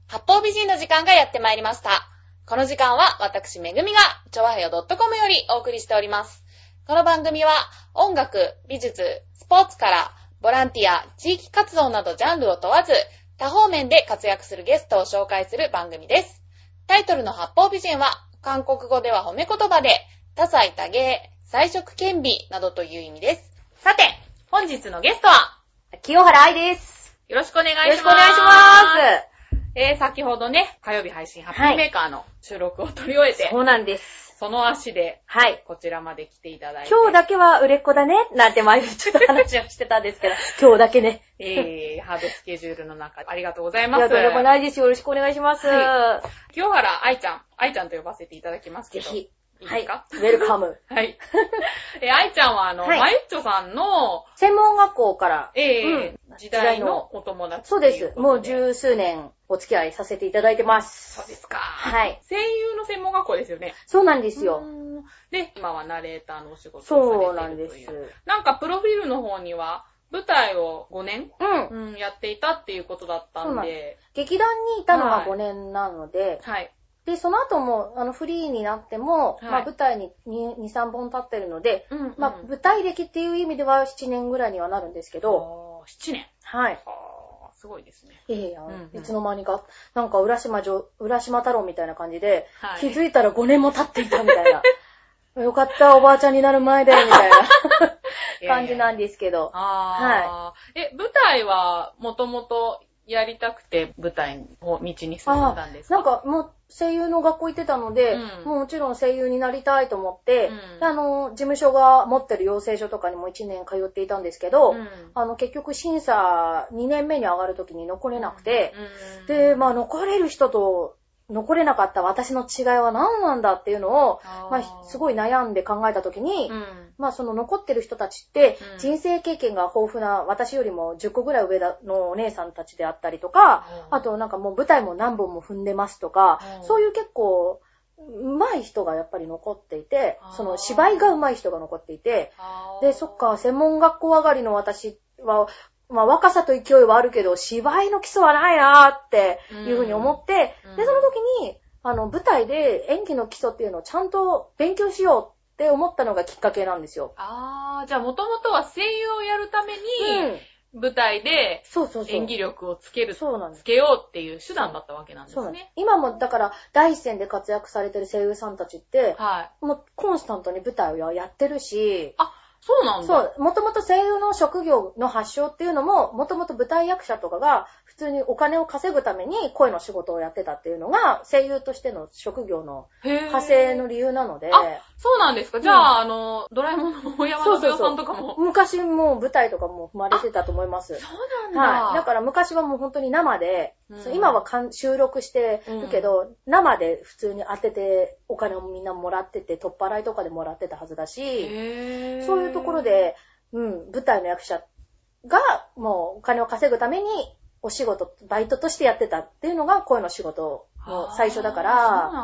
八方美人の時間がやってまいりました。この時間は私めぐみがちょわへよ .com よりお送りしております。この番組は音楽、美術、スポーツからボランティア、地域活動などジャンルを問わず多方面で活躍するゲストを紹介する番組です。タイトルの八方美人は韓国語では褒め言葉で多彩多芸、彩色兼備などという意味です。さて、本日のゲストは清原愛です。 よろしくお願いします。 よろしくお願いします。 先ほどね、火曜日配信ハッピーメーカーの収録を取り終えて、 そうなんです。 その足で、 はい。 こちらまで来ていただいて。 今日だけは売れっ子だね、なんて前にちょっと話をしてたんですけど、今日だけね。 ハードスケジュールの中、ありがとうございます。 とんでもないですよ。よろしくお願いします。 はい、清原愛ちゃんと呼ばせていただきますけど。 ぜひ。 いいですか？ はい。ウェルカム。 はい。愛ちゃんははい、 まゆっちょさんの、 専門学校から、 時代のお友達。 そうです。もう十数年お付き合いさせていただいてます。 そうですか。 はい。 声優の専門学校ですよね。 そうなんですよ。 で、今はナレーターのお仕事をされているという。 そうなんです。 なんかプロフィールの方には、舞台を5年、やっていたっていうことだったんで。 劇団にいたのが5年なので、 はい。 で、その後も、フリーになっても、はい、まあ舞台に2、3本立ってるので、まあ舞台歴っていう意味では7年ぐらいにはなるんですけど。 7年。 はい。 すごいですね。 いつの間にか、なんか浦島太郎みたいな感じで、はい、気づいたら5年も経っていたみたいな。よかった、おばあちゃんになる前で、みたいな感じなんですけど。 はい。舞台はもともとやりたくて舞台を道に進んだんですか？ なんかもう声優の学校行ってたので、もちろん声優になりたいと思って、事務所が持ってる養成所とかにも1年通っていたんですけど、結局審査2年目に上がるときに残れなくて、で、まあ残れる人と残れなかった私の違いは何なんだっていうのを、まあすごい悩んで考えたときに、まあその残ってる人たちって人生経験が豊富な私よりも10個ぐらい上のお姉さんたちであったりとか、あとなんかもう舞台も何本も踏んでますとか、そういう結構上手い人がやっぱり残っていて、その芝居が上手い人が残っていて、で、そっか、専門学校上がりの私は、まあ若さと勢いはあるけど、芝居の基礎はないなーっていうふうに思って、で、その時に、舞台で演技の基礎っていうのをちゃんと勉強しようって思ったのがきっかけなんですよ。 じゃあもともとは声優をやるために、舞台で演技力をつけようっていう手段だったわけなんですね。 今もだから第一線で活躍されてる声優さんたちって、もうコンスタントに舞台をやってるし、 そうなんだ。 そう。もともと声優の職業の発祥っていうのも、もともと舞台役者とかが普通にお金を稼ぐために声の仕事をやってたっていうのが、声優としての職業の派生の理由なので。 そうなんですか。じゃあ、ドラえもんの大山のぶよさんとかも。 昔も舞台とかも踏まれてたと思います。 そうなんだ。 はい。だから昔はもう本当に生で、今は収録してるけど、生で普通に当ててお金をみんなもらってて、取っ払いとかでもらってたはずだし、そういうところで、舞台の役者がもうお金を稼ぐためにお仕事、バイトとしてやってたっていうのが声の仕事の最初だから、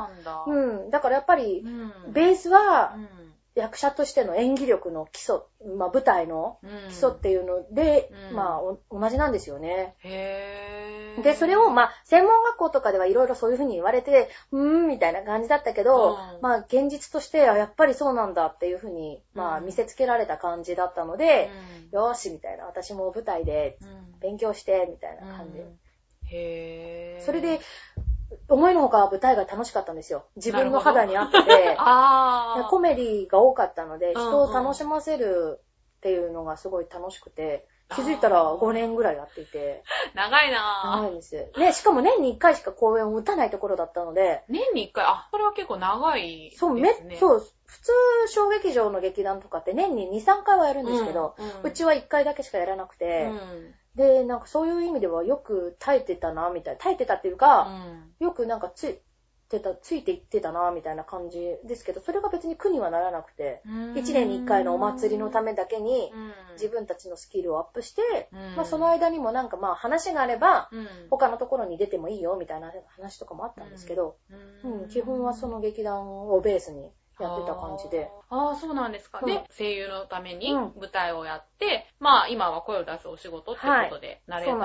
そうなんだ。 だからやっぱり、ベースは、役者としての演技力の基礎、まあ舞台の基礎っていうので、まあ同じなんですよね。で、それをまあ専門学校とかではいろいろそういうふうに言われて、みたいな感じだったけど、まあ現実としてはやっぱりそうなんだっていうふうに、まあ見せつけられた感じだったので、よーしみたいな、私も舞台で勉強してみたいな感じ。それで、思いのほか舞台が楽しかったんですよ。自分の肌に合ってて、コメディが多かったので、人を楽しませるっていうのがすごい楽しくて、気づいたら5年ぐらいやっていて。 長いなぁ。 長いんです。ね、しかも年に1回しか公演を打たないところだったので。 年に1回、これは結構長いですね。 そう、普通小劇場の劇団とかって年に2、3回はやるんですけど、うちは1回だけしかやらなくて、で、なんかそういう意味ではよく耐えてたな、みたいな。耐えてたっていうか、よくなんかついていってたな、みたいな感じですけど、それが別に苦にはならなくて、1年に1回のお祭りのためだけに、自分たちのスキルをアップして、まあその間にもなんかまあ話があれば、他のところに出てもいいよ、みたいな話とかもあったんですけど、基本はその劇団をベースにやってた感じで。 そうなんですか。で、声優のために舞台をやって、まあ今は声を出すお仕事ってことで、ナレーターの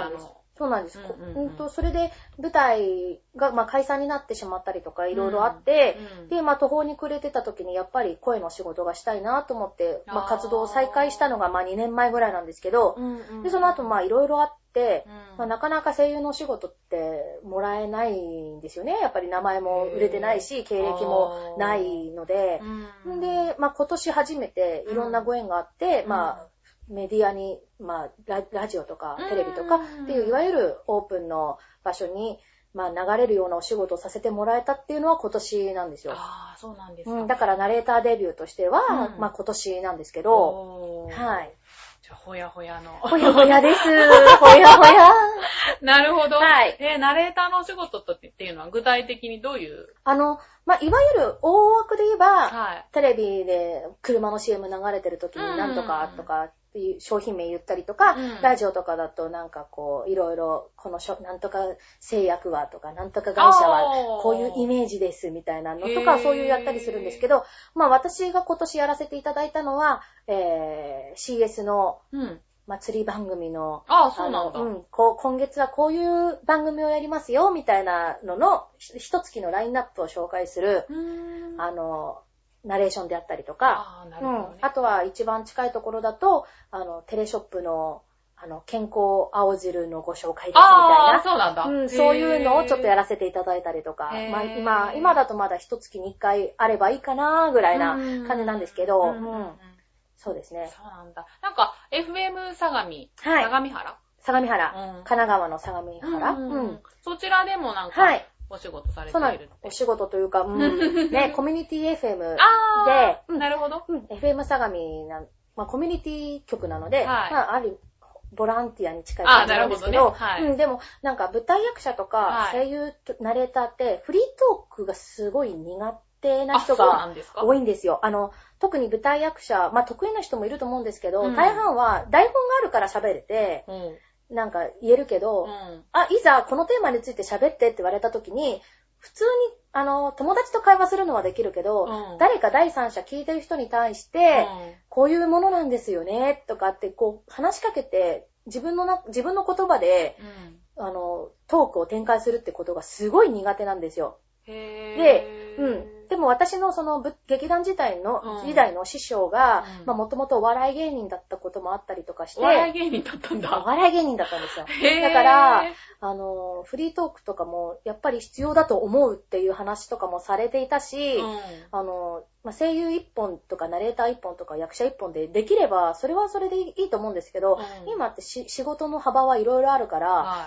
そうなんです。それで舞台が、解散になってしまったりとかいろいろあって、で、途方に暮れてた時にやっぱり声の仕事がしたいなと思って、活動を再開したのが2年前ぐらいなんですけど、で、その後いろいろあって、なかなか声優の仕事ってもらえないんですよね。やっぱり名前も売れてないし、経歴もないので、で、今年初めていろんなご縁があって、メディアに、ラジオとかテレビとかっていういわゆるオープンの場所に、流れるようなお仕事をさせてもらえたっていうのは今年なんですよ。 ああ、そうなんですか。 だからナレーターデビューとしては、今年なんですけど、はい。 じゃあ、ほやほやの。 ほやほやです。ほやほや。 なるほど。 はい。 ナレーターのお仕事っていうのは具体的にどういう？ いわゆる大枠で言えば、テレビで車の CM 流れてる時になんとかとか、商品名言ったりとか、ラジオとかだといろいろこのなんとか製薬はとかなんとか会社はこういうイメージですみたいなのとかそういうやったりするんですけど、私が今年やらせていただいたのは、CS の祭り番組の、 そうなんだ。 今月はこういう番組をやりますよみたいなのの一月のラインナップを紹介するナレーションであったりとか、あとは一番近いところだと、テレショップの、健康青汁のご紹介ですみたいな。 そうなんだ。 そういうのをちょっとやらせていただいたりとか、今だとまだ一月に一回あればいいかなぐらいな感じなんですけど、そうですね。 そうなんだ。FM 相模原相模原、神奈川の相模原。 そちらでもお仕事されているって。 お仕事というか、ね、コミュニティ FM で、 なるほど。 FM 相模コミュニティ局なので、あるボランティアに近い感じなんですけど、でも舞台役者とか声優、ナレーターってフリートークがすごい苦手な人が多いんですよ。特に舞台役者、得意な人もいると思うんですけど、大半は台本があるから喋れて、言えるけど、いざこのテーマについて喋ってって言われた時に、普通に、友達と会話するのはできるけど、誰か第三者聞いてる人に対して、こういうものなんですよね、とかって話しかけて、自分の言葉で、トークを展開するってことがすごい苦手なんですよ。でも私のその劇団時代の師匠が、もともとお笑い芸人だったこともあったりとかして。 お笑い芸人だったんだ。 お笑い芸人だったんですよ。だから、フリートークとかもやっぱり必要だと思うっていう話とかもされていたし、声優一本とかナレーター一本とか役者一本でできれば、それはそれでいいと思うんですけど、今って仕事の幅はいろいろあるから、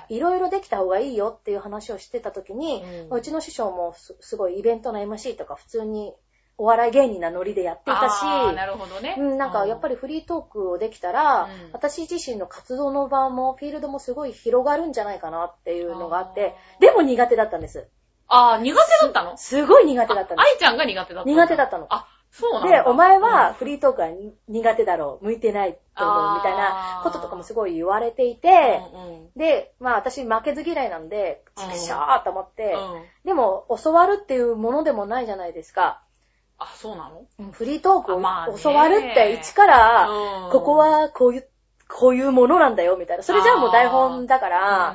いろいろできた方がいいよっていう話をしてた時に、うちの師匠もすごいイベントの MC とか普通にお笑い芸人なノリでやっていたし、 なるほどね。 やっぱりフリートークをできたら、私自身の活動の場もフィールドもすごい広がるんじゃないかなっていうのがあって、でも苦手だったんです。 苦手だったの？ すごい苦手だったんです。 愛ちゃんが苦手だったの？ 苦手だったの。 そうなんだ。 で、お前はフリートークは苦手だろう、向いてないと思うみたいなこととかもすごい言われていて、で、私負けず嫌いなんで、チクショーと思って、でも教わるっていうものでもないじゃないですか。 そうなの？ フリートークを教わるって一から、ここはこういうものなんだよみたいな。それじゃあもう台本だから、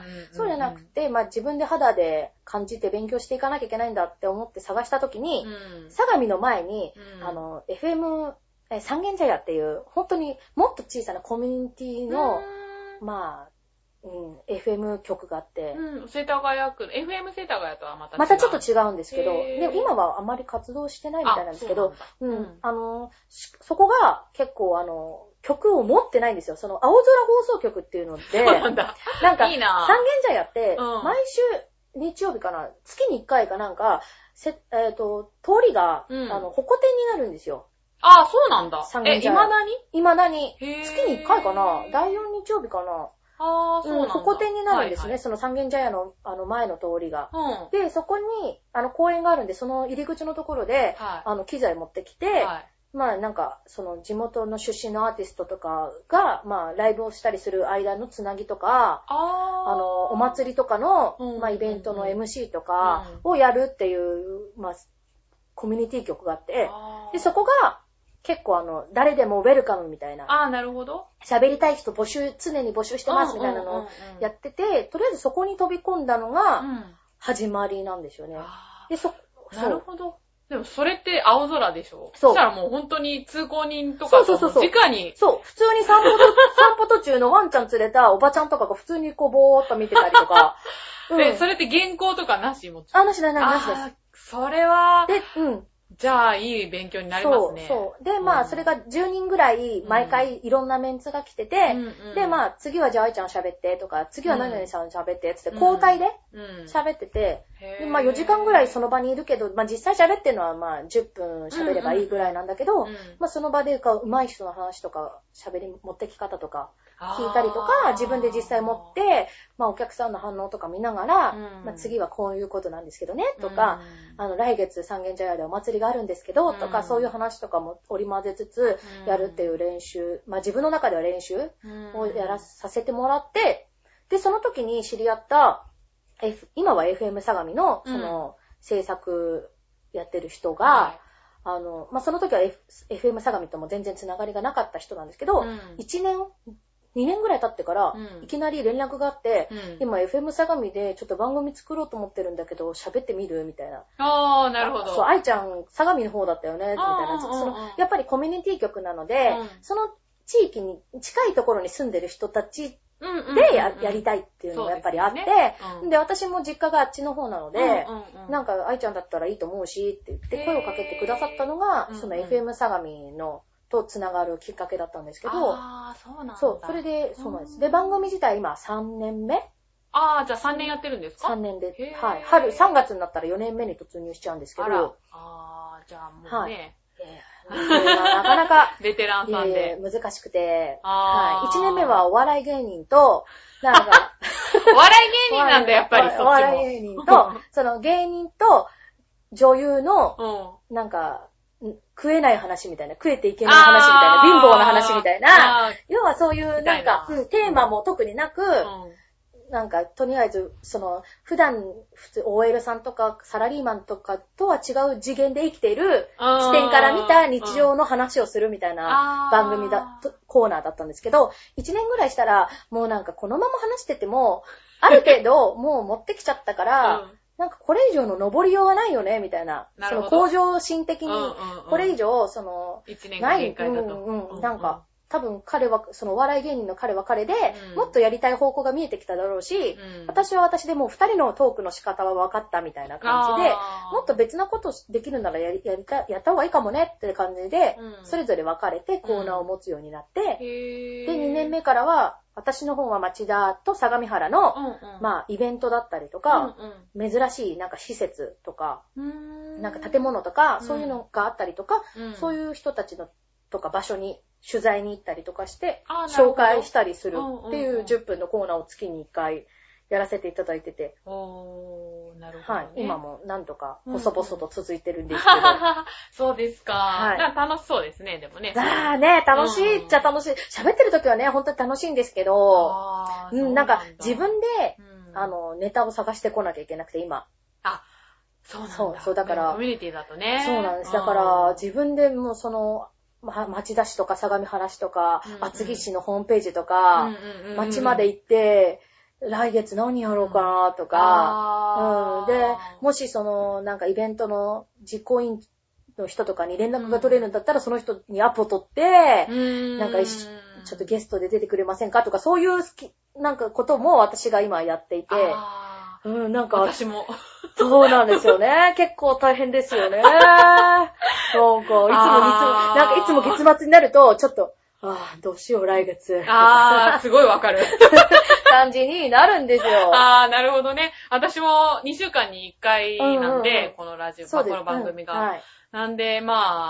そうじゃなくて、自分で肌で感じて勉強していかなきゃいけないんだって思って探したときに、相模の前に、FM 三軒茶屋っていう、本当にもっと小さなコミュニティの、FM 局があって、 世田谷区、FM 世田谷とはまたちょっと違うんですけど、で今はあまり活動してないみたいなんですけど、そこが結構曲を持ってないんですよ。その青空放送局っていうので、 そうなんだ。いいな。 三軒茶屋って、毎週日曜日かな、月に1回か通りが、ホコ天になるんですよ。 そうなんだ。 三軒茶屋。未だに。月に1回かな、第4日曜日かな。 そうなんだ。 ホコ天になるんですね、その三軒茶屋の前の通りが。で、そこに公園があるんで、その入り口のところで、機材持ってきて、その地元の出身のアーティストとかが、ライブをしたりする間のつなぎとか、お祭りとかの、イベントの MC とかをやるっていう、コミュニティ局があって、で、そこが、 結構誰でもウェルカムみたいな。 ああ、なるほど。 喋りたい人常に募集してますみたいなのをやってて、とりあえずそこに飛び込んだのが、始まりなんですよね。で、 なるほど。でもそれって青空でしょ？ そう。 そしたらもう本当に通行人とかと直に。 そう。普通に散歩途中のワンちゃん連れたおばちゃんとかが普通にこうぼーっと見てたりとか。 それって原稿とかなしもなしです。 それは。 で、 じゃあ、いい勉強になりますね。 そう。で、まあ、それが10人ぐらい、毎回いろんなメンツが来てて、で、まあ、次はじゃあ愛ちゃん喋ってとか、次は何々さん喋ってつって、交代で喋ってて、で、まあ、4時間ぐらいその場にいるけど、まあ、実際喋ってるのは、まあ、10分喋ればいいぐらいなんだけど、まあ、その場で上手い人の話とか、持ってき方とか、聞いたりとか、自分で実際持って、まあお客さんの反応とか見ながら、まあ次はこういうことなんですけどね、とか、来月三軒茶屋でお祭りがあるんですけど、とか、そういう話とかも織り交ぜつつ、やるっていう練習、まあ自分の中では練習をさせてもらって、で、その時に知り合った、今は FM 相模の、制作やってる人が、まあその時は、FM 相模とも全然つながりがなかった人なんですけど、2年ぐらい経ってから、いきなり連絡があって、今 FM 相模でちょっと番組作ろうと思ってるんだけど、喋ってみるみたいな。 ああ、なるほど。 そう、愛ちゃん、相模の方だったよねみたいな。やっぱりコミュニティ局なので、その地域に近いところに住んでる人たちでやりたいっていうのがやっぱりあって、で、私も実家があっちの方なので、なんか愛ちゃんだったらいいと思うし、って言って声をかけてくださったのが、その FM 相模の、とつながるきっかけだったんですけど、 そうなんだ。 そう、それで、そうなんです。で、番組自体今3年目？ じゃあ3年やってるんですか？ 3 年で、はい。春、3月になったら4年目に突入しちゃうんですけど、 じゃあもうね、 なかなか、 ベテランさんで。 難しくて、1年目はお笑い芸人と、なんか、 お笑い芸人なんだ、やっぱりそっちも。 お笑い芸人と、その芸人と女優の、なんか、食えない話みたいな、食えていけない話みたいな、貧乏な話みたいな、要はそういうなんか、テーマも特になく、なんか、とりあえず、普段、OL さんとかサラリーマンとかとは違う次元で生きている視点から見た日常の話をするみたいな番組コーナーだったんですけど、1年ぐらいしたら、もうなんかこのまま話してても、ある程度もう持ってきちゃったから、なんかこれ以上の登りようがないよね、みたいな。その向上心的に、これ以上、 1年が限界だと。 なんか、多分彼は、そのお笑い芸人の彼は彼で、もっとやりたい方向が見えてきただろうし、私は私でもう2人のトークの仕方は分かったみたいな感じで、もっと別なことできるならやった方がいいかもねって感じで、それぞれ分かれてコーナーを持つようになって、で、2年目からは、私の方は町田と相模原の、まあ、イベントだったりとか、珍しいなんか施設とか、なんか建物とか、そういうのがあったりとか、そういう人たちのとか場所に取材に行ったりとかして、紹介したりするっていう10分のコーナーを月に1回やらせていただいてて。 なるほど、ね。 はい。今もなんとか細々と続いてるんですけど。 そうですか。はい。楽しそうですね、でもね。 楽しいっちゃ楽しい。喋ってる時はね、本当に楽しいんですけど、なんか自分で、ネタを探してこなきゃいけなくて、今。 そうなんだ。 そう、だから。 コミュニティだとね。 そうなんです。だから、自分でも町田市とか相模原市とか、厚木市のホームページとか、町まで行って、来月何やろうかなとか、で、もしなんかイベントの実行委員の人とかに連絡が取れるんだったら、その人にアポ取って、なんかちょっとゲストで出てくれませんかとか、そういうなんかことも私が今やっていて、なんか、 私も。 そうなんですよね。結構大変ですよね。なんか、いつも月末になると、ちょっと、どうしよう、来月。 すごいわかる。 感じになるんですよ。 なるほどね。私も2週間に1回なんで、このラジオ、この番組が。なんで、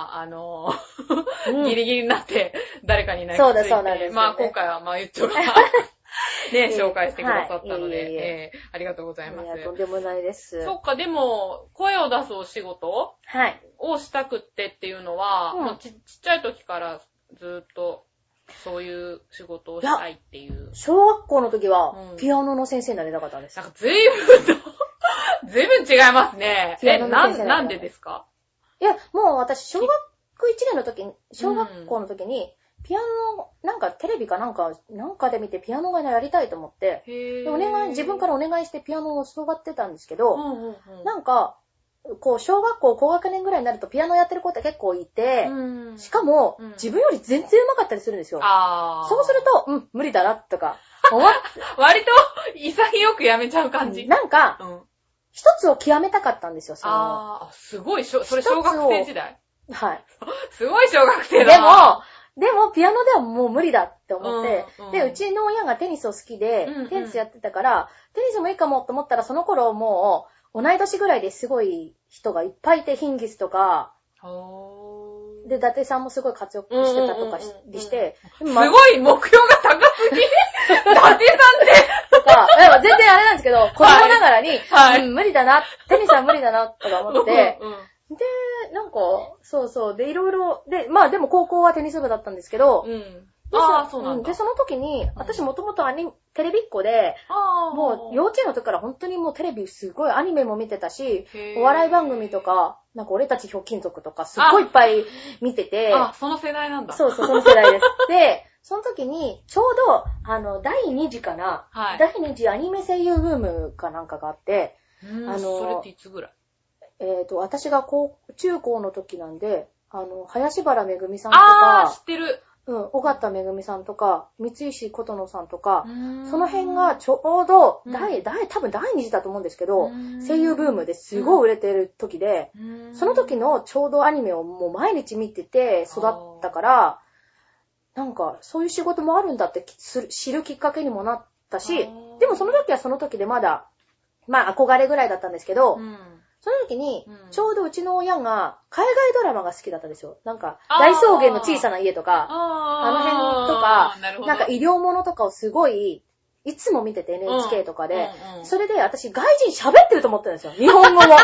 ギリギリになって、誰かになりついて。 そうなんです。 今回は、ゆっちょが。ね、紹介してくださったので、ありがとうございます。 とんでもないです。 そっか、でも、声を出すお仕事をしたくってっていうのは、もうちっちゃい時からずっと、そういう仕事をしたいっていう。 小学校の時は、ピアノの先生になりたかったんです。 なんか随分違いますね。なんでですか？ いや、もう私、小学 1年の時に、小学校の時に、ピアノ、なんかテレビかなんかで見てピアノがやりたいと思って、で自分からお願いしてピアノを教わってたんですけど、なんか、こう、小学校高学年ぐらいになるとピアノやってる子って結構いて、しかも、自分より全然上手かったりするんですよ。そうすると、無理だな、とか、 割と、潔くやめちゃう感じ。 なんか、一つを極めたかったんですよ、 すごい、それ小学生時代。 はい。 すごい小学生だな。 でも、ピアノではもう無理だって思って、で、うちの親がテニスを好きで、テニスやってたから、テニスもいいかもと思ったら、その頃もう、同い年ぐらいですごい人がいっぱいいて、ヒンギスとか、で、伊達さんもすごい活躍してたとかして、 すごい目標が高すぎ。伊達さんってとか、全然あれなんですけど、子供ながらに、無理だな、テニスは無理だな、とか思って、で、なんか、そう。で、いろいろ、で、まあでも高校はテニス部だったんですけど、 そうなんだ。 で、その時に、私もともとテレビっ子で、もう幼稚園の時から本当にもうテレビすごいアニメも見てたし、お笑い番組とか、なんか俺たちひょうきん族とかすっごいいっぱい見てて。 その世代なんだ。 そう、その世代です。で、その時に、ちょうど、第2次かな、第2次アニメ声優ブームかなんかがあって、 それっていつぐらい？ 私が中高の時なんで、林原めぐみさんとか、 知ってる。 尾形めぐみさんとか、三石琴乃さんとか、その辺がちょうど、多分第2次だと思うんですけど、声優ブームですごい売れてる時で、その時のちょうどアニメをもう毎日見てて育ったから、なんかそういう仕事もあるんだって知るきっかけにもなったし、でもその時はその時でまだ、まあ憧れぐらいだったんですけど、その時に、ちょうどうちの親が海外ドラマが好きだったんですよ。なんか、大草原の小さな家とか、あの辺とか、なんか医療ものとかをすごい、いつも見てて NHK とかで、それで私外人喋ってると思ってるんですよ。日本語も。本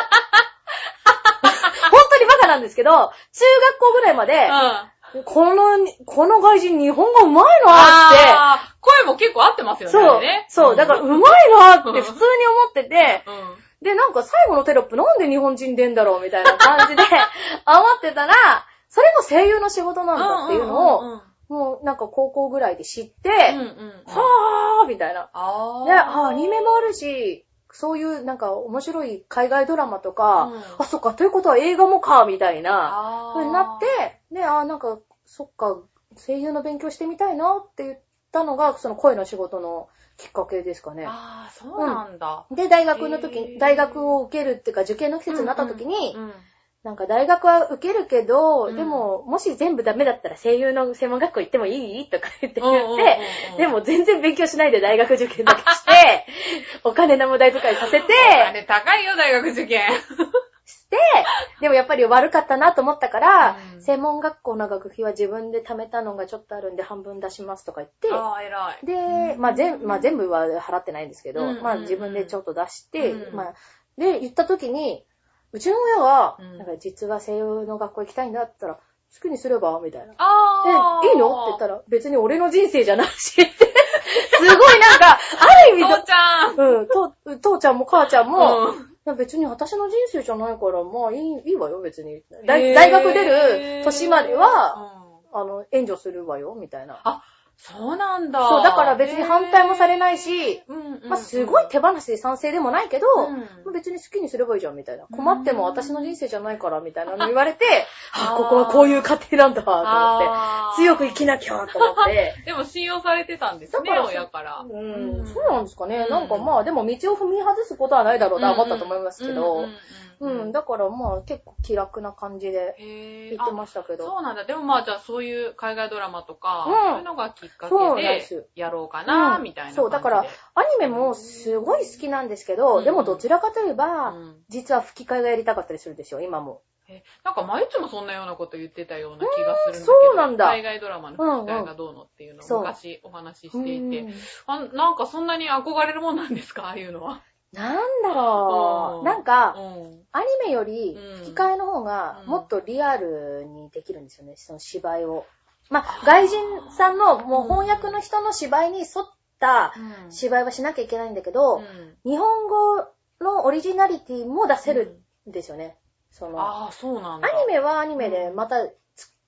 当にバカなんですけど、中学校ぐらいまで、この外人日本語うまいなーって。 声も結構合ってますよね。 そう、だからうまいなーって普通に思ってて、で、なんか最後のテロップなんで日本人出んだろうみたいな感じで思ってたら、それも声優の仕事なんだっていうのを、もうなんか高校ぐらいで知って、はぁーみたいな。で、アニメもあるし、そういうなんか面白い海外ドラマとか、そっか、ということは映画もか、みたいな、風になって、で、なんか、そっか、声優の勉強してみたいなって言ったのが、その声の仕事のきっかけですかね。 そうなんだ。 で、大学を受けるっていうか、受験の季節になった時に、なんか大学は受けるけど、でも、もし全部ダメだったら声優の専門学校行ってもいいとか言って、でも全然勉強しないで大学受験だけして、お金の無駄遣いさせて、 お金高いよ、大学受験。 して、でもやっぱり悪かったなと思ったから、専門学校の学費は自分で貯めたのがちょっとあるんで半分出しますとか言って、 偉い。 で、全部は払ってないんですけど、自分でちょっと出して、で、言った時に、うちの親が、なんか実は声優の学校行きたいんだって言ったら、好きにすればみたいな。で、いいのって言ったら、別に俺の人生じゃないし。すごいなんか、ある意味父ちゃん。 父ちゃんも母ちゃんも、別に私の人生じゃないから、まあいいわよ、別に。大学出る年までは、援助するわよ、みたいな。 そうなんだ。 そう、だから別に反対もされないし、すごい手放しで賛成でもないけど、別に好きにすればいいじゃん、みたいな。困っても私の人生じゃないから、みたいなの言われて、ここはこういう家庭なんだ、と思って、強く生きなきゃ、と思って。 でも信用されてたんですね、親から。 そうなんですかね。なんかまあ、でも道を踏み外すことはないだろうと思ったと思いますけど、だからまあ結構気楽な感じで言ってましたけど。 そうなんだ。でもまあじゃあそういう海外ドラマとか、そういうのがきっかけでやろうかな、みたいな感じで。 そう、だからアニメもすごい好きなんですけど、でもどちらかといえば、実は吹き替えがやりたかったりするんですよ、今も。 なんかまゆちもそんなようなこと言ってたような気がするんだけど、 そうなんだ。 海外ドラマの吹き替えがどうのっていうのを昔お話ししていて、なんかそんなに憧れるもんなんですか、ああいうのは。 なんだろう。なんか、アニメより吹き替えの方がもっとリアルにできるんですよね、その芝居を。まあ、外人さんのもう翻訳の人の芝居に沿った芝居はしなきゃいけないんだけど、日本語のオリジナリティも出せるんですよね。 そうなんだ。 アニメはアニメでまた突っ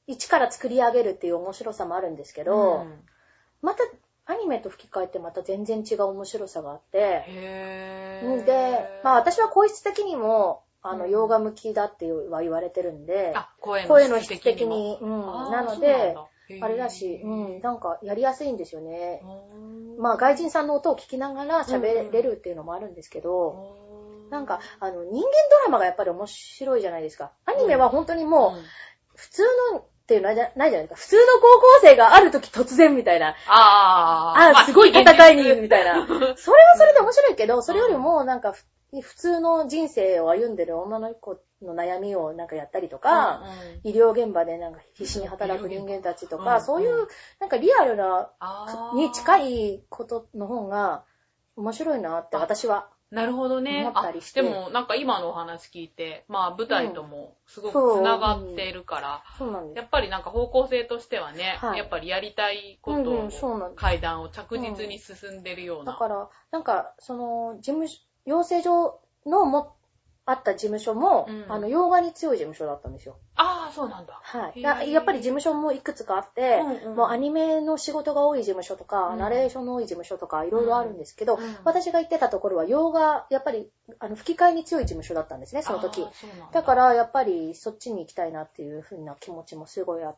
一から作り上げるっていう面白さもあるんですけど、またアニメと吹き替えってまた全然違う面白さがあって、で、まあ私は声質的にも、洋画向きだっては言われてるんで、声の質的に、なので、あれだし、なんかやりやすいんですよね。まあ外人さんの音を聞きながら喋れるっていうのもあるんですけど、なんか人間ドラマがやっぱり面白いじゃないですか。アニメは本当にもう、普通のっていうのはないじゃないですか。普通の高校生がある時突然みたいな。すごい戦いにみたいな。それはそれで面白いけど、それよりもなんか普通の人生を歩んでる女の子の悩みをなんかやったりとか、医療現場でなんか必死に働く人間たちとか、そういうなんかリアルなに近いことの方が面白いなって私は。 なるほどね。でもなんか今のお話聞いて、まあ舞台ともすごくつながっているから、やっぱりなんか方向性としてはね、やっぱりやりたいことを、階段を着実に進んでるような。 だから、なんかその養成所のあった事務所も、洋画に強い事務所だったんですよ。 そうなんだ。 はい。やっぱり事務所もいくつかあって、もうアニメの仕事が多い事務所とか、ナレーションの多い事務所とか、いろいろあるんですけど、私が行ってたところは洋画、やっぱり、吹き替えに強い事務所だったんですね、その時。だから、やっぱり、そっちに行きたいなっていう風な気持ちもすごいあって。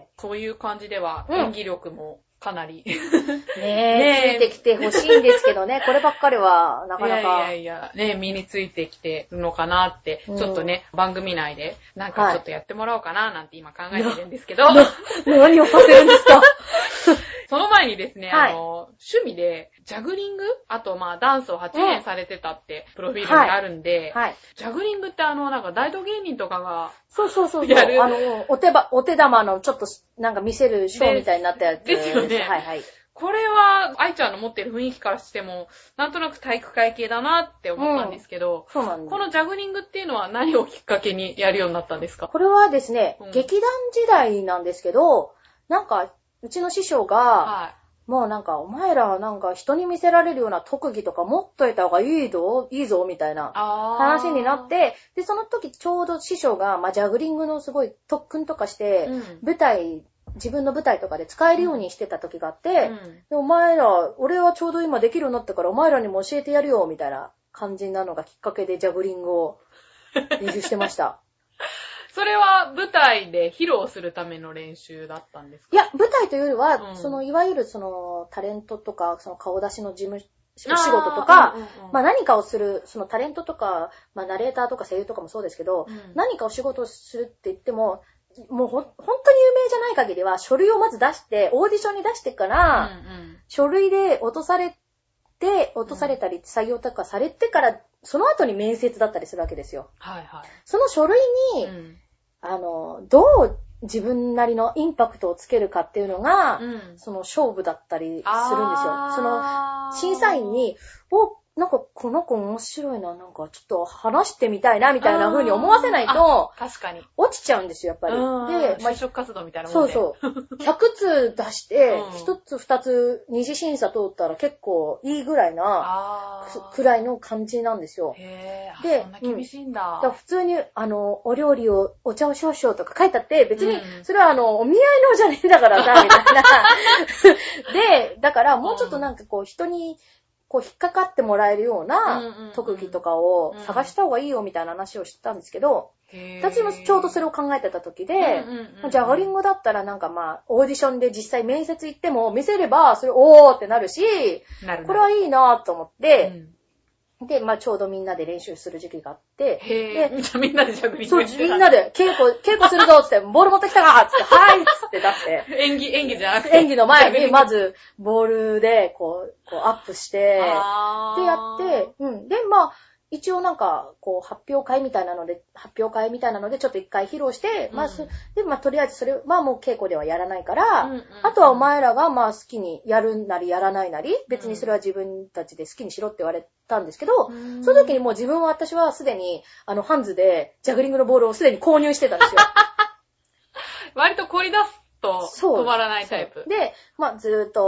そういう感じでは、演技力も、かなり。 ついてきてほしいんですけどね。こればっかりは、なかなか。 身についてきてるのかなって、ちょっとね、番組内で、なんかちょっとやってもらおうかな、なんて今考えてるんですけど。 何をさせるんですかその前にですね、趣味で、ジャグリング？あと、まあ、ダンスを8年されてたって、プロフィールにあるんで、ジャグリングってなんか、大道芸人とかが、 やる。お手玉のちょっと、なんか見せるショーみたいになったやつ。 ですよね。これは、愛ちゃんの持ってる雰囲気からしても、なんとなく体育会系だなって思ったんですけど、このジャグリングっていうのは何をきっかけにやるようになったんですか？ これはですね、劇団時代なんですけど、なんか、うちの師匠が、もうなんか、お前らなんか人に見せられるような特技とか持っといた方がいいぞ、みたいな話になって、で、その時ちょうど師匠が、まあ、ジャグリングのすごい特訓とかして、自分の舞台とかで使えるようにしてた時があって、でお前ら、俺はちょうど今できるようになったからお前らにも教えてやるよ、みたいな感じなのがきっかけでジャグリングを練習してました。 それは舞台で披露するための練習だったんですか？ いや、舞台というよりは、いわゆるタレントとか、顔出しの仕事とか、まあ何かをする、タレントとか、まあナレーターとか声優とかもそうですけど、何かお仕事をするって言っても、もう本当に有名じゃない限りは、書類をまず出して、オーディションに出してから、書類で落とされたり採用とかされてから、その後に面接だったりするわけですよ。その書類に、どう自分なりのインパクトをつけるかっていうのが、その勝負だったりするんですよ。その審査員に、なんかこの子面白いな、なんかちょっと話してみたいなみたいな風に思わせないと、 確かに落ちちゃうんですよ、やっぱり。 で、就職活動みたいなもんで。 100通出して、1つ2つ二次審査通ったら結構いいぐらいな、くらいの感じなんですよ。 で、そんな厳しいんだ。 普通に、お料理を、お茶を少々とか書いてあって、別に、それはお見合いのじゃねえだからさ、みたいな。で、だからもうちょっとなんか人に、引っかかってもらえるような特技とかを探した方がいいよみたいな話をしたんですけど、私もちょうどそれを考えてた時で、ジャグリングだったらなんかまあ、オーディションで実際面接行っても見せれば、それおーってなるし、これはいいなと思って、で、まあちょうどみんなで練習する時期があって、 で、みんなでジャグリングしてた。 みんなで稽古するぞって、ボール持ってきたかって、はいっつって出して。 演技じゃなくて。 演技の前に、まず、ボールで、アップして、でやって、で、まあ、一応なんか、発表会みたいなので、ちょっと一回披露して、まあ、で、まあ、とりあえずそれはもう稽古ではやらないから、あとはお前らがまあ好きにやるなりやらないなり、別にそれは自分たちで好きにしろって言われたんですけど、その時にもう私はすでに、ハンズでジャグリングのボールをすでに購入してたんですよ。 割と凝り出すと止まらないタイプ。 で、まあ、ずーっと、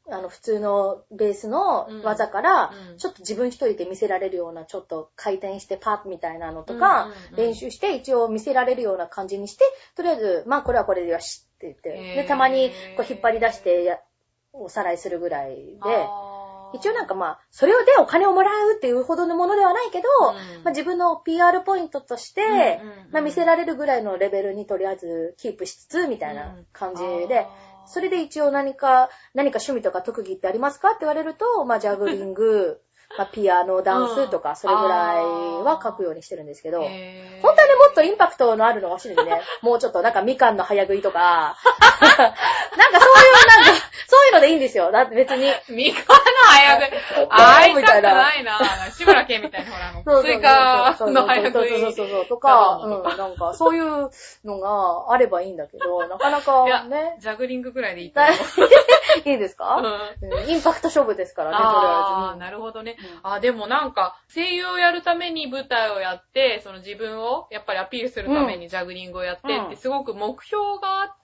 普通のベースの技から、ちょっと自分一人で見せられるような、ちょっと回転してパッみたいなのとか、練習して一応見せられるような感じにして、とりあえず、まあこれはこれでよしって言って、で、たまにこう引っ張り出しておさらいするぐらいで、一応なんかまあ、それでお金をもらうっていうほどのものではないけど、まあ自分の PR ポイントとして、まあ見せられるぐらいのレベルにとりあえずキープしつつ、みたいな感じで、それで一応何か趣味とか特技ってありますかって言われると、まあジャグリング、まあピアノ、ダンスとか、それぐらいは書くようにしてるんですけど、本当にもっとインパクトのあるのが欲しいんですね。もうちょっとなんかみかんの早食いとか、なんかそういうのでいいんですよ。だって別に。 みかんの早食い。会いたくないな。志村けんみたいなほら、スイカの早食い。 そうとか、なんかそういうのがあればいいんだけど、なかなかね。 ジャグリングくらいでいいと思う。 いいですか？インパクト勝負ですからね、とりあえず。 なるほどね。でもなんか、声優をやるために舞台をやって、その自分をやっぱりアピールするためにジャグリングをやってって、すごく目標があって、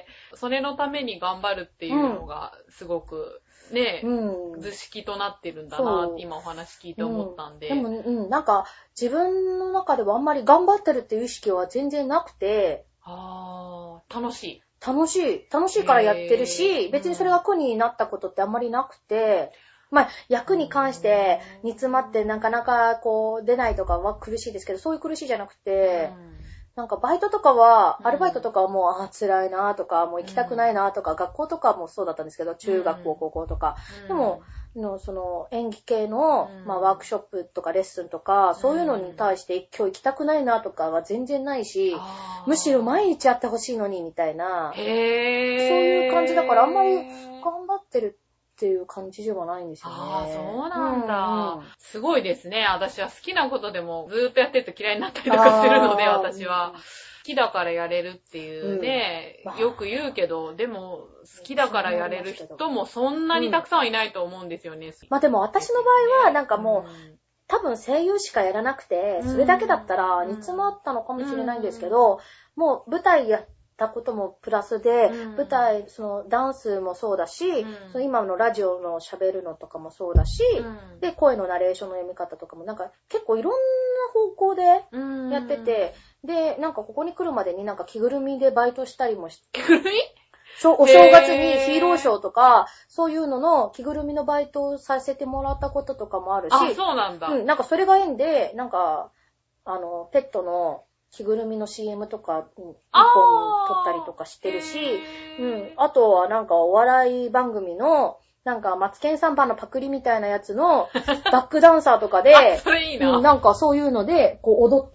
それのために頑張るっていうのが、すごく、ね、図式となってるんだなって今お話聞いて思ったんで。 でも、なんか、自分の中ではあんまり頑張ってるっていう意識は全然なくて、 楽しい。 楽しいからやってるし、別にそれが苦になったことってあんまりなくて、まあ、役に関して煮詰まってなかなかこう出ないとかは苦しいですけど、そういう苦しいじゃなくて、なんかバイトとかは、アルバイトとかはもう、辛いなとか、もう行きたくないなとか、学校とかもそうだったんですけど、中学校、高校とか。でも、その演技系の、まあ、ワークショップとかレッスンとか、そういうのに対して今日行きたくないなとかは全然ないし、むしろ毎日やってほしいのにみたいな、そういう感じだからあんまり頑張ってるっていう感じではないんですよね。 そうなんだ。すごいですね。私は好きなことでもずーっとやってると嫌いになったりとかするので、私は。好きだからやれるっていうね、よく言うけど、でも好きだからやれる人もそんなにたくさんはいないと思うんですよね。 まあでも私の場合はなんかもう、多分声優しかやらなくて、それだけだったら煮詰まったのかもしれないんですけど、もう舞台やったこともプラスで、舞台、そのダンスもそうだし、その今のラジオの喋るのとかもそうだし、で、声のナレーションの読み方とかもなんか結構いろんな方向でやってて、で、なんかここに来るまでになんか着ぐるみでバイトしたりもして、 着ぐるみ？ お正月にヒーローショーとか、そういうのの着ぐるみのバイトをさせてもらったこととかもあるし、 そうなんだ。 なんかそれが縁で、なんか、ペットの着ぐるみの CM とか、一本撮ったりとかしてるし、あとはなんかお笑い番組の、なんか、マツケンサンバのパクリみたいなやつのバックダンサーとかで、 それいいな。 なんかそういうので、こう踊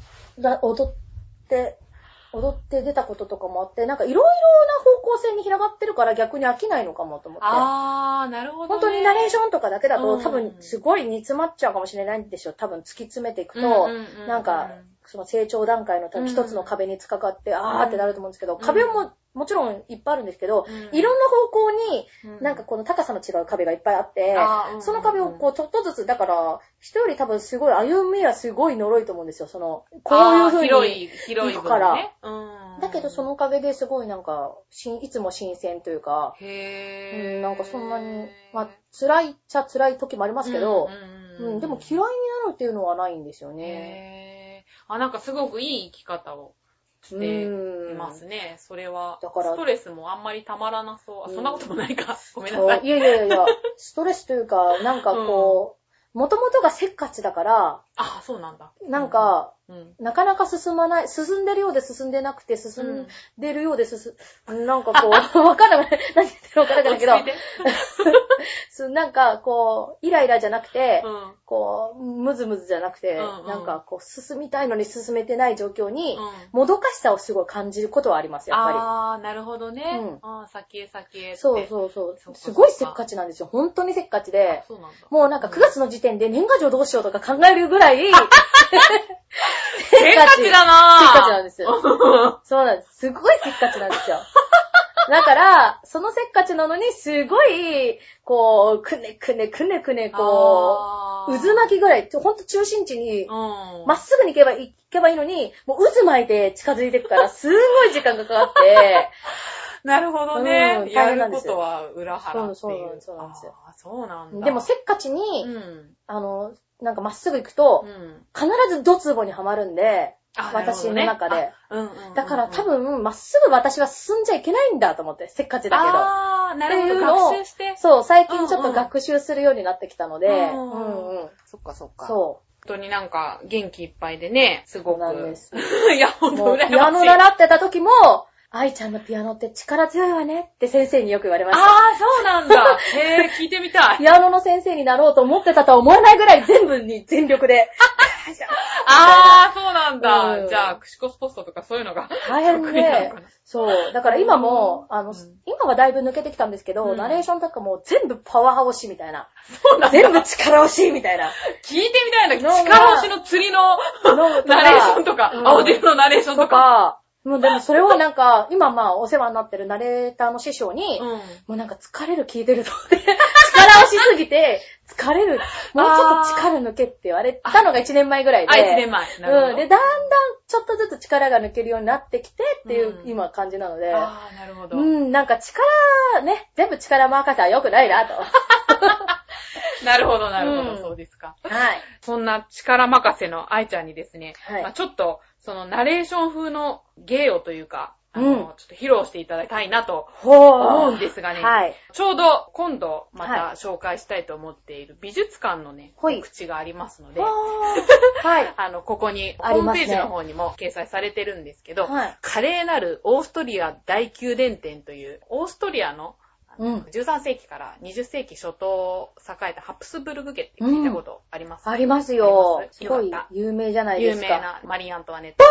って出たこととかもあって、なんかいろいろな方向性に広がってるから逆に飽きないのかもと思って。 なるほど、ね。 本当にナレーションとかだけだと、多分すごい煮詰まっちゃうかもしれないんでしょ。多分突き詰めていくと、なんか、その成長段階の一つの壁に突っかって、ってなると思うんですけど、壁もちろんいっぱいあるんですけど、いろんな方向に、なんかこの高さの違う壁がいっぱいあって、その壁をこうちょっとずつ、だから、人より多分すごい歩みはすごい呪いと思うんですよ。こういう風に広い行くから。だけどそのおかげですごいなんか、いつも新鮮というか、なんかそんなに、まあ、辛いっちゃ辛い時もありますけど、でも嫌いになるっていうのはないんですよね。 なんかすごくいい生き方をしていますね。それは。だから、ストレスもあんまりたまらなそう。そんなこともないか。ごめんなさい。 いや、ストレスというか、なんかこう、もともとがせっかちだから、 そうなんだ。 なんか、なかなか進まない。進んでるようで進んでなくて、進んでるようでなんかこう、わかんない。何言ってるかわからないけど、なんかこう、イライラじゃなくて、こう、ムズムズじゃなくて、なんかこう、進みたいのに進めてない状況に、もどかしさをすごい感じることはあります、やっぱり。なるほどね。先へ先へ。 そう。すごいせっかちなんですよ。本当にせっかちで。もうなんか9月の時点で年賀状どうしようとか考えるぐらい、 せっかちだなぁ。 せっかちなんですよ。そうなんです。すごいせっかちなんですよ。だから、そのせっかちなのに、すごい、こう、くね、こう、渦巻きぐらい、ほんと中心地に、まっすぐに行けばいいのに、もう渦巻いて近づいてくから、すごい時間がかかって、 なるほどね。やることは裏腹っていう。 そうなんですよ。 そうなんだ。 でもせっかちに、なんかまっすぐ行くと、必ずドツボにはまるんで、私の中で。だから多分、まっすぐ私は進んじゃいけないんだと思って、せっかちだけど。 なるほど、学習して。 そう、最近ちょっと学習するようになってきたので。 そっかそっか。 そう。 本当になんか元気いっぱいでね、すごく。 そうなんです。 いや、ほんと羨ましい。 ピアノ習ってた時も、愛ちゃんのピアノって力強いわねって先生によく言われました。 そうなんだ。聞いてみたい。 ピアノの先生になろうと思ってたとは思えないぐらい全部に全力で。 そうなんだ。じゃあ、クシコスポストとかそういうのが大変で、そう。だから今も、今はだいぶ抜けてきたんですけど、ナレーションとかも全部パワー押しみたいな。全部力押しみたいな。 聞いてみたいな。力押しの釣りのナレーションとか、青デのナレーションとか。 もうでもそれをなんか、今お世話になってるナレーターの師匠に、もうなんか疲れる聞いてると力押しすぎて、疲れる。もうちょっと力抜けって言われたのが1年前ぐらいで。 1年前。なるほど。 で、だんだんちょっとずつ力が抜けるようになってきてっていう今感じなので。 なるほど。 なんか力ね、全部力任せは良くないなと。 なるほど、なるほど、そうですか。 はい。 そんな力任せの愛ちゃんにですね、ちょっと、そのナレーション風の芸をというか、ちょっと披露していただきたいなと思うんですがね、ちょうど今度また紹介したいと思っている美術館のね、告知がありますので、ここに、ホームページの方にも掲載されてるんですけど、華麗なるオーストリア大宮殿展という、オーストリアの13世紀から20世紀初頭を栄えたハプスブルグ家って聞いたことありますか？ ありますよ。すごい有名じゃないですか。 有名なマリー・アントワネット。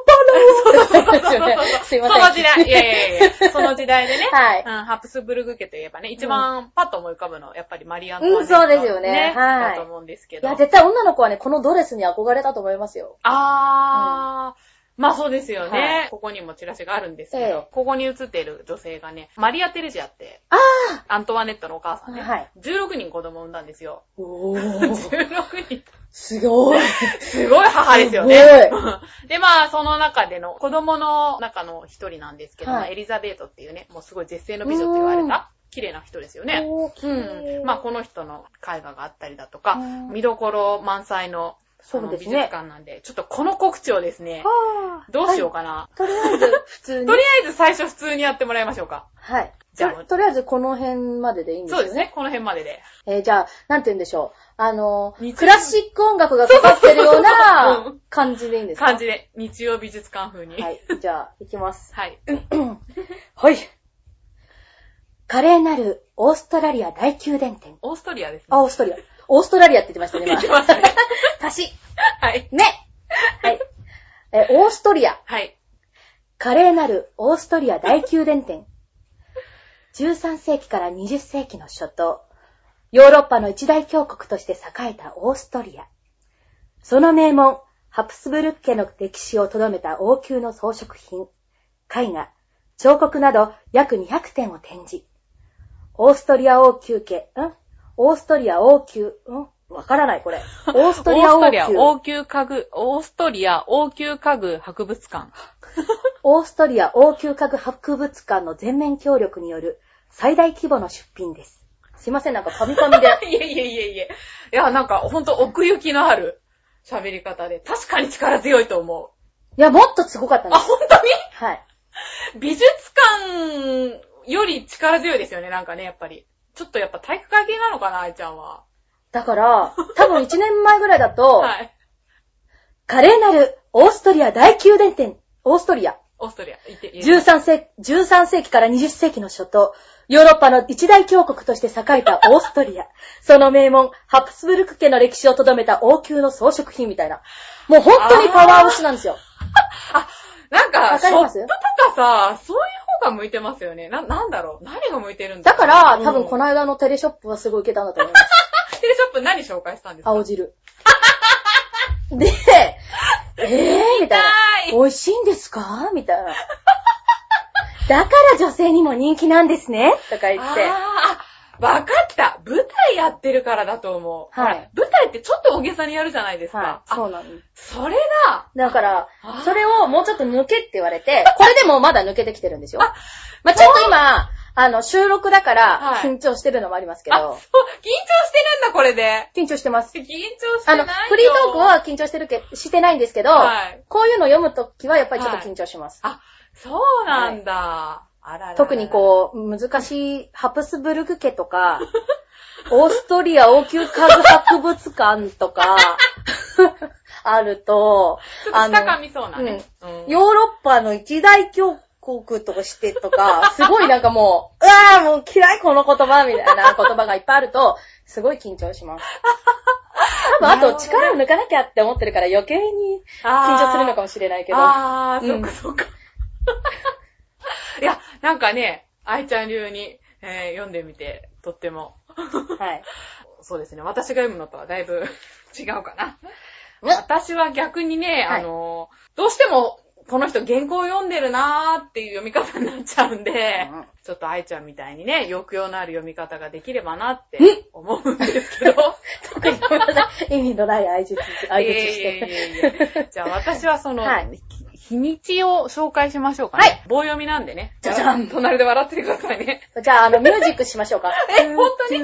すいません。 その時代、いや、その時代でね、ハプスブルグ家といえばね、一番パッと思い浮かぶのはやっぱりマリー・アントワネット。 そうですよね。 だと思うんですけど。 いや、絶対女の子はね、このドレスに憧れたと思いますよ。 まあそうですよね。ここにもチラシがあるんですけど、ここに写っている女性がね、マリア・テレジアって、アントワネットのお母さんね、16人子供を産んだんですよ。16人。 すごい。 すごい母ですよね。で、まあその中での子供の中の一人なんですけど、エリザベートっていうね、もうすごい絶世の美女と言われた。綺麗な人ですよね。まあこの人の絵画があったりだとか、見どころ満載の美術館なんで、ちょっとこの告知をですね、どうしようかな。 とりあえず普通に。 とりあえず最初普通にやってもらいましょうか。 はい。じゃあ、とりあえずこの辺まででいいんですよね。 そうですね、この辺までで。じゃあ、なんて言うんでしょう。クラシック音楽がかかってるような感じでいいんですか？ 感じで、日曜美術館風に。 はい。じゃあ、いきます。 はい。 はい。華麗なるオーストラリア大宮殿展。 オーストリアですね。 オーストリア。オーストラリアって言ってましたね、今。 言ってましたね。 足し。 はい。 ね。はい。オーストリア。 はい。 華麗なるオーストリア大宮殿展。13世紀から20世紀の初頭、ヨーロッパの一大強国として栄えたオーストリア。その名門、ハプスブルク家の歴史を留めた王宮の装飾品、絵画、彫刻など約200点を展示。オーストリア王宮家、オーストリア王宮、わからないこれ。オーストリア王宮。 オーストリア王宮家具博物館。 オーストリア王宮家具博物館の全面協力による最大規模の出品です。すいません、なんかカミカミで。 いや、なんかほんと奥行きのある喋り方で、確かに力強いと思う。 いや、もっとすごかったんです。 あ、本当に？ はい。 美術館より力強いですよね、なんかね、やっぱり。ちょっとやっぱ体育会系なのかな、愛ちゃんは。 だから、多分1年前ぐらいだと、 はい。 華麗なるオーストリア大宮殿展。オーストリア。13世紀から20世紀の初頭、ヨーロッパの一大強国として栄えたオーストリア。その名門、ハプスブルク家の歴史を留めた王宮の装飾品みたいな。もう本当にパワー押しなんですよ。 なんか、ショットとかさ、そういう方が向いてますよね。なんだろう。何が向いてるんだろう。 だから、多分この間のテレショップはすごい受けたんだと思います。 テレショップ何紹介したんですか？ 青汁。で、みたいな。美味しいんですかみたいな。だから女性にも人気なんですねとか言って。 わかった。 た。舞台やってるからだと思う。はい。舞台ってちょっと大げさにやるじゃないですか。 はい。そうなんです。 それだ。 だから、それをもうちょっと抜けって言われて、これでもまだ抜けてきてるんですよ。まあ、ちょっと今、収録だから、緊張してるのもありますけど。そう、緊張してるんだ、これで。 緊張してます。 緊張してないよ。 フリートークは緊張してないんですけど、はい、こういうの読むときはやっぱりちょっと緊張します。 はい、そうなんだ。はい、あらら特に難しいハプスブルク家とか、オーストリア王宮家具博物館とか、あると、 ちょっと下噛みそうなね。 ヨーロッパの一大教国としてとか、すごいもう嫌いこの言葉みたいな言葉がいっぱいあると、すごい緊張します。多分あと力を抜かなきゃって思ってるから余計に緊張するのかもしれないけど。 そっかそっか。いや、なんかね、愛ちゃん流に、読んでみて、とっても。はい。そうですね、私が読むのとはだいぶ違うかな。私は逆にね、はい、どうしても、この人原稿を読んでるなーっていう読み方になっちゃうんで、ちょっと愛ちゃんみたいにね、抑揚のある読み方ができればなって思うんですけど。 特にごめんなさい。意味のない相槌して。 じゃあ私ははい、日にちを紹介しましょうかね。はい。棒読みなんでね。じゃあ、隣で笑っててくださいね。 じゃあ、ミュージックしましょうか。 本当に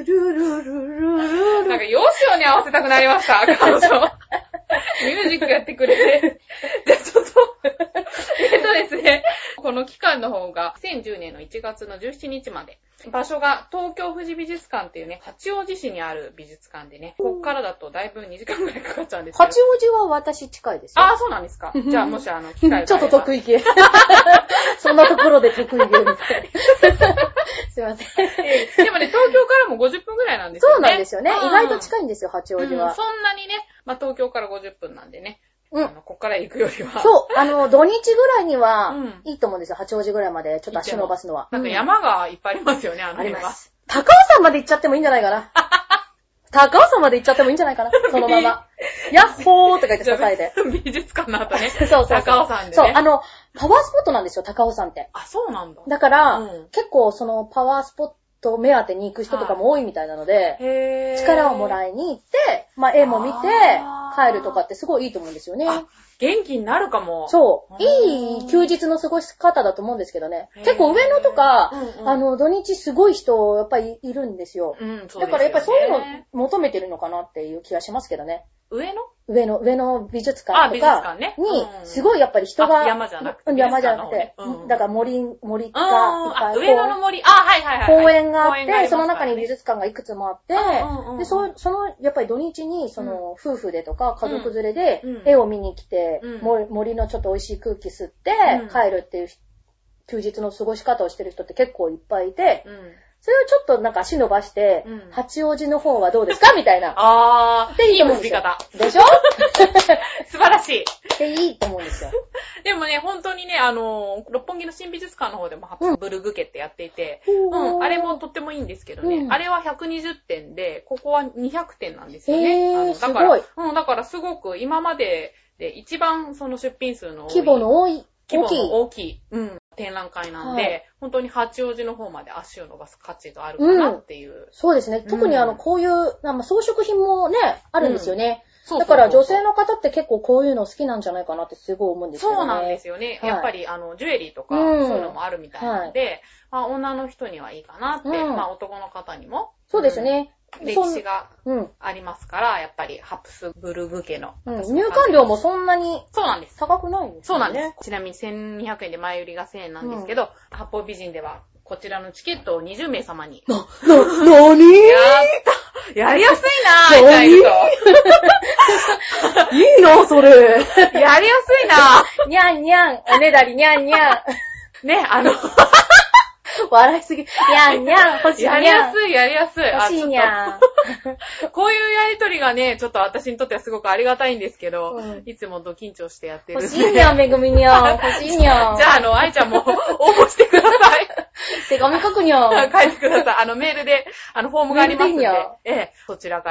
なんか、ヨシオに合わせたくなりました、彼女。ミュージックやってくれて。じゃあ、ちょっと、ですね、この期間の方が、2010年の1月の17日まで。場所が東京富士美術館っていうね、八王子市にある美術館でね、こっからだとだいぶ2時間ぐらいかかっちゃうんですけど。 八王子は私近いですよ。 あ、そうなんですか。じゃあもし機会があれば。 ちょっと得意系。そんなところで得意系みたいな。すいません。 でもね、東京からも50分ぐらいなんですよね。 そうなんですよね。意外と近いんですよ、八王子は。 そんなにね、東京から50分なんでね。こっから行くよりは。 そう、土日ぐらいには、いいと思うんですよ。八王子ぐらいまで、ちょっと足伸ばすのは。 なんか山がいっぱいありますよね、辺は。 あります。高尾山まで行っちゃってもいいんじゃないかな。高尾山まで行っちゃってもいいんじゃないかな。そのまま。ヤッホーとか言って支えて。 美術館の後ね。 そう。 高尾山でね。 そう、パワースポットなんですよ、高尾山って。 あ、そうなんだ。 だから、結構そのパワースポット目当てに行く人とかも多いみたいなので、力をもらいに行って、絵も見て、帰るとかってすごいいいと思うんですよね。 元気になるかも。 そう。いい休日の過ごし方だと思うんですけどね。結構上野とか、土日すごい人やっぱりいるんですよ。だからやっぱりそういうの求めてるのかなっていう気がしますけどね。 上野美術館とかに、すごいやっぱり人が、 山じゃなくて、 だから森がいっぱい、 上野の森、はい。 公園があって、その中に美術館がいくつもあって、で、やっぱり土日に、夫婦でとか家族連れで絵を見に来て、森のちょっと美味しい空気吸って帰るっていう休日の過ごし方をしてる人って結構いっぱいいて、それをちょっとなんか足伸ばして、八王子の方はどうですかみたいな。 っていいと思うんですよ。 でしょ素晴らしい。 っていいと思うんですよ。 でもね、本当にね、六本木の新美術館の方でもハプスブルグ家ってやっていて、あれもとってもいいんですけどね、あれは120点で、ここは200点なんですよね。 すごい。 だからすごく今までで一番その出品数の多い。 規模の大きい。展覧会なんで、本当に八王子の方まで足を伸ばす価値があるかなっていう。 そうですね。特にこういう、装飾品もね、あるんですよね。だから女性の方って結構こういうの好きなんじゃないかなってすごい思うんですよね。 そうなんですよね。やっぱりジュエリーとか、そういうのもあるみたいなので、女の人にはいいかなって、男の方にも。 そうですね。 歴史がありますから、やっぱりハプスブルグ家の。 入館料もそんなに高くないんですね。 そうなんです。ちなみに1200円で前売りが1000円なんですけど、八方美人ではこちらのチケットを20名様に。 なにやりやすいなぁ、いいなそれ。やりやすいなぁ。 にゃんにゃん、おねだりにゃんにゃん。 ね、 笑いすぎ。にゃんにゃん、欲しいにゃん。 やりやすい。 欲しいにゃん。 こういうやりとりがね、ちょっと私にとってはすごくありがたいんですけど、いつもド緊張してやってるんで。 欲しいにゃん、めぐみにゃん。欲しいにゃん。 じゃあ、愛ちゃんも応募してください。 手紙書くにゃん。 書いてください。メールで、フォームがありますんで、そちらから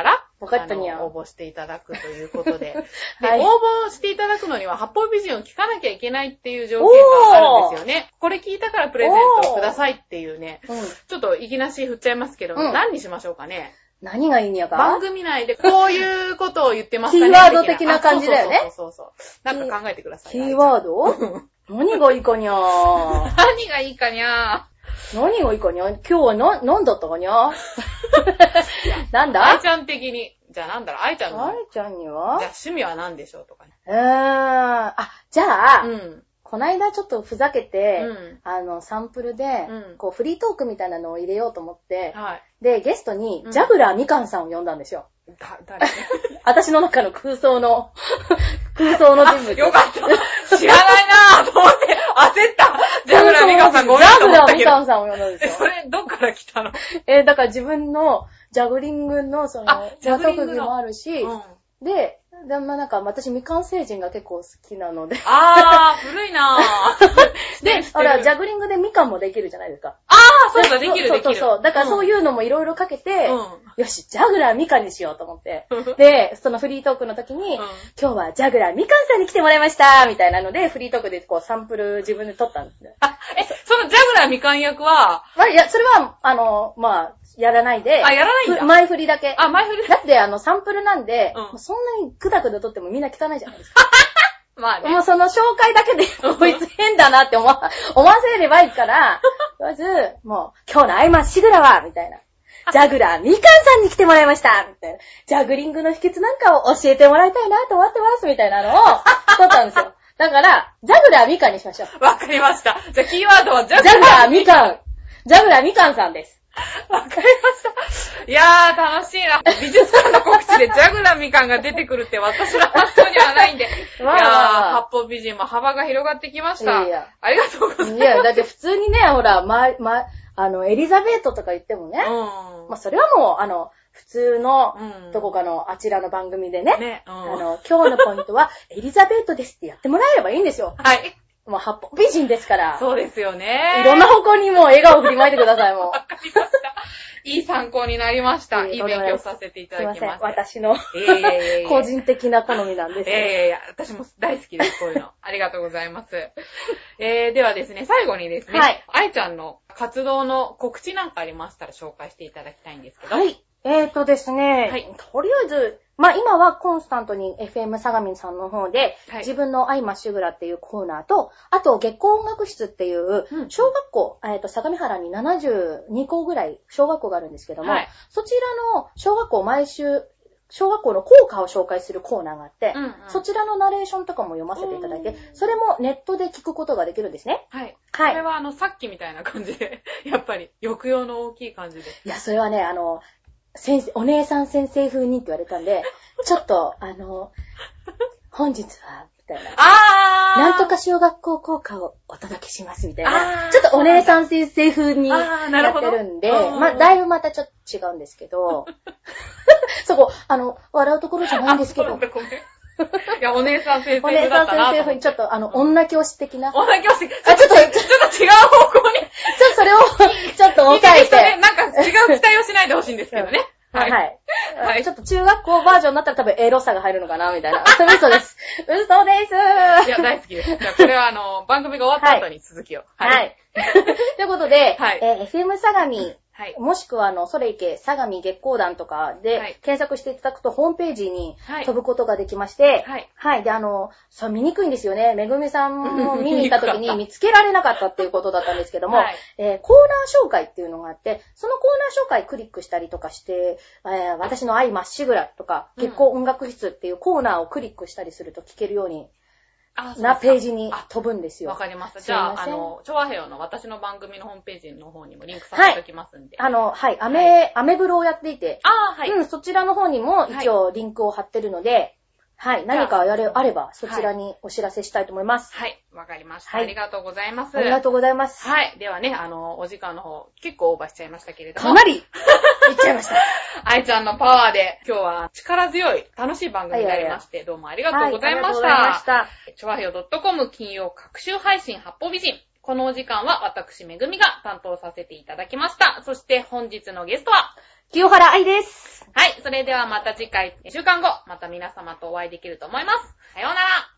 わかったにゃ。 応募していただくということで。はい、応募していただくのには、八方美人を聞かなきゃいけないっていう条件があるんですよね。これ聞いたからプレゼントをくださいっていうね。ちょっといきなし振っちゃいますけど、何にしましょうかね。 何がいいんやか？ 番組内でこういうことを言ってますかね。 キーワード的な感じだよね。 そう。なんか考えてください。 キーワード何がいいかにゃー。 何がいいかにゃー。何がいいかにゃー。今日は何だったかにゃー。なんだ？ 愛ちゃん的に。じゃあなんだろう、愛ちゃんの。 愛ちゃんには？ じゃあ趣味は何でしょうとかね。 じゃあ、こないだちょっとふざけて、サンプルで、こうフリートークみたいなのを入れようと思って、で、ゲストに、ジャグラーみかんさんを呼んだんですよ。 誰？ 私の中の空想の人物。 よかった。知らないなぁと思って、焦った。ジャグラーみかんさんごめんと思ったけど。 ジャグラーみかんさんを呼んだんですよ。 それ、どっから来たの？ だから自分のジャグリングの特技もあるし、で、なんか私未完成人が結構好きなので。 古いなぁ。 で、ほら、ジャグリングでみかんもできるじゃないですか。 そうだ、できる。 そう。だからそういうのもいろいろかけて、よし、ジャグラーみかんにしようと思って。で、そのフリートークの時に、今日はジャグラーみかんさんに来てもらいましたみたいなので、フリートークでこうサンプル自分で撮ったんですね。 そのジャグラーみかん役は、 いや、それは、やらないで。 やらないんだ。 前振りだけ。 前振りだって、サンプルなんで、そんなにグダグダ撮ってもみんな汚いじゃないですか。 まあね。 もうその紹介だけで、こいつ変だなって思わせればいいから、まず、もう、今日のアイマッシグラは、みたいな。ジャグラーみかんさんに来てもらいましたみたいな。ジャグリングの秘訣なんかを教えてもらいたいなと思ってますみたいなのを撮ったんですよ。だから、ジャグラーみかんにしましょう。 わかりました。じゃあキーワードはジャグラーみかん。ジャグラーみかんさんです。 わかりました。いやー、楽しいな。美術館の告知でジャグラーみかんが出てくるって私の発想にはないんで。いやー、八方美人も幅が広がってきました。ありがとうございます。 いや、だって普通にね、ほら、エリザベートとか言ってもね。それはもう、普通の、どこかのあちらの番組でね。今日のポイントは、エリザベートですってやってもらえればいいんですよ。 はい。 もう八方美人ですから。 そうですよね。 いろんな方向にもう笑顔を振りまいてください、もう。 わかりました。いい参考になりました。いい勉強させていただきました。すいません。 私の個人的な好みなんです。 私も大好きです、こういうの。ありがとうございます。ではですね、最後にですね、愛ちゃんの活動の告知なんかありましたら紹介していただきたいんですけど。 はい。ですね、とりあえず、今はコンスタントに FM 相模さんの方で、自分のアイマッシュグラっていうコーナーと、あと月光音楽室っていう、小学校、相模原に72校ぐらい小学校があるんですけども、そちらの小学校毎週、小学校の校歌を紹介するコーナーがあって、そちらのナレーションとかも読ませていただいて、それもネットで聞くことができるんですね。 はい。それはさっきみたいな感じで、やっぱり抑揚の大きい感じで。 いや、それはね、お姉さん先生風にって言われたんで、ちょっと、本日は、みたいな。なんとか小学校校歌をお届けします、みたいな。ちょっとお姉さん先生風にやってるんで、だいぶまたちょっと違うんですけど、そこ、笑うところじゃないんですけど。 いや、お姉さん先生風だったな。お姉さん先生風に、 ちょっと女教師的な。 女教師。ちょっと違う方向に。 それを、ちょっと抑えて。 なんか違う期待をしないでほしいんですけどね。 はい。ちょっと中学校バージョンになったら多分エロさが入るのかなみたいな。嘘です。嘘です。 いや、大好きです。じゃあ、これは番組が終わった後に続きを。 はい。ということで、FM 相模、もしくはそれいけ相模月光団とかで検索していただくとホームページに飛ぶことができまして、で、そう見にくいんですよね。めぐみさんも見に行った時に見つけられなかったっていうことだったんですけども、コーナー紹介っていうのがあって、そのコーナー紹介クリックしたりとかして、私の愛まっしぐらとか、月光音楽室っていうコーナーをクリックしたりすると聞けるように、なページに飛ぶんですよ。 わかりました。じゃあ、チョアヘヨの私の番組のホームページの方にもリンクさせておきますんで。アメブロをやっていて、そちらの方にも一応リンクを貼ってるので、何かあればそちらにお知らせしたいと思います。 はい、わかりました。ありがとうございます。 ありがとうございます。 はい、ではね、お時間の方、結構オーバーしちゃいましたけれども。 かなりいっちゃいました。 愛ちゃんのパワーで、今日は力強い、楽しい番組になりまして、どうもありがとうございました。チョアヘヨ .com 金曜各週配信八方美人。このお時間は私めぐみが担当させていただきました。そして本日のゲストは、 清原愛です。 はい。それではまた次回、1週間後、また皆様とお会いできると思います。さようなら。